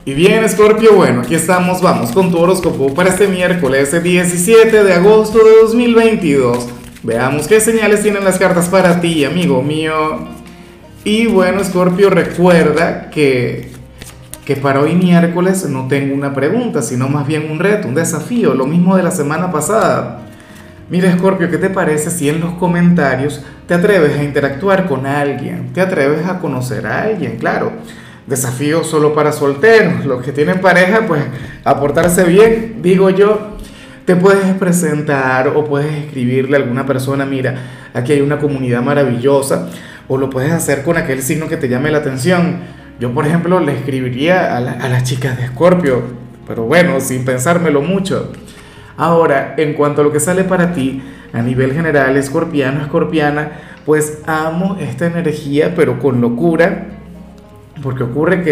Y bien, Scorpio, bueno, aquí estamos, vamos con tu horóscopo para este miércoles 17 de agosto de 2022. Veamos qué señales tienen las cartas para ti, amigo mío. Y bueno, Scorpio, recuerda que para hoy miércoles no tengo una pregunta, sino más bien un reto, un desafío, lo mismo de la semana pasada. Mira, Scorpio, ¿qué te parece si en los comentarios te atreves a interactuar con alguien? Te atreves a conocer a alguien, claro. Desafío solo para solteros. Los que tienen pareja, pues a portarse bien, digo yo. Te puedes presentar o puedes escribirle a alguna persona, mira, aquí hay una comunidad maravillosa, o lo puedes hacer con aquel signo que te llame la atención. Yo, por ejemplo, le escribiría a las chicas de Escorpio, pero bueno, sin pensármelo mucho. Ahora, en cuanto a lo que sale para ti, a nivel general, escorpiano, escorpiana, pues amo esta energía, pero con locura, porque ocurre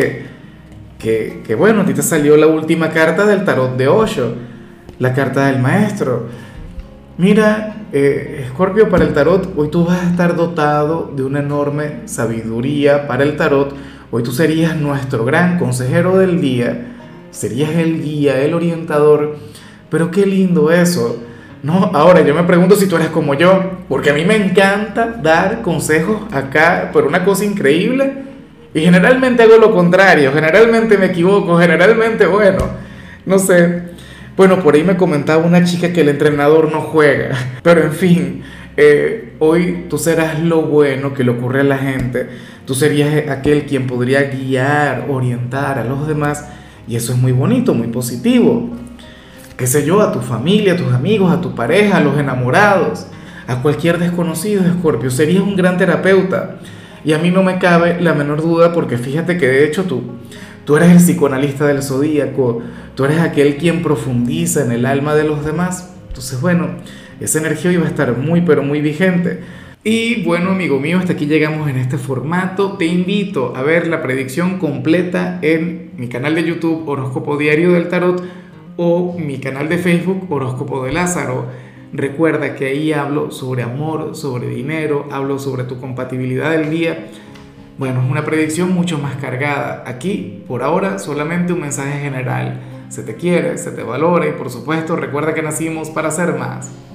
que bueno, a ti te salió la última carta del tarot de Osho, la carta del maestro. Mira, Escorpio, para el tarot, hoy tú vas a estar dotado de una enorme sabiduría para el tarot. Hoy tú serías nuestro gran consejero del día, serías el guía, el orientador. Pero qué lindo eso, ¿no? Ahora yo me pregunto si tú eres como yo, porque a mí me encanta dar consejos acá, pero una cosa increíble. Y generalmente hago lo contrario, generalmente me equivoco, generalmente, bueno, no sé. Bueno, por ahí me comentaba una chica que el entrenador no juega, pero en fin, hoy tú serás lo bueno que le ocurre a la gente, tú serías aquel quien podría guiar, orientar a los demás, y eso es muy bonito, muy positivo. Qué sé yo, a tu familia, a tus amigos, a tu pareja, a los enamorados, a cualquier desconocido, Escorpio, serías un gran terapeuta. Y a mí no me cabe la menor duda porque fíjate que de hecho tú eres el psicoanalista del zodíaco, tú eres aquel quien profundiza en el alma de los demás. Entonces, bueno, esa energía iba a estar muy, pero muy vigente. Y bueno, amigo mío, hasta aquí llegamos en este formato. Te invito a ver la predicción completa en mi canal de YouTube Horóscopo Diario del Tarot o mi canal de Facebook Horóscopo de Lázaro. Recuerda que ahí hablo sobre amor, sobre dinero, hablo sobre tu compatibilidad del día. Bueno, es una predicción mucho más cargada. Aquí, por ahora, solamente un mensaje general. Se te quiere, se te valora y por supuesto recuerda que nacimos para ser más.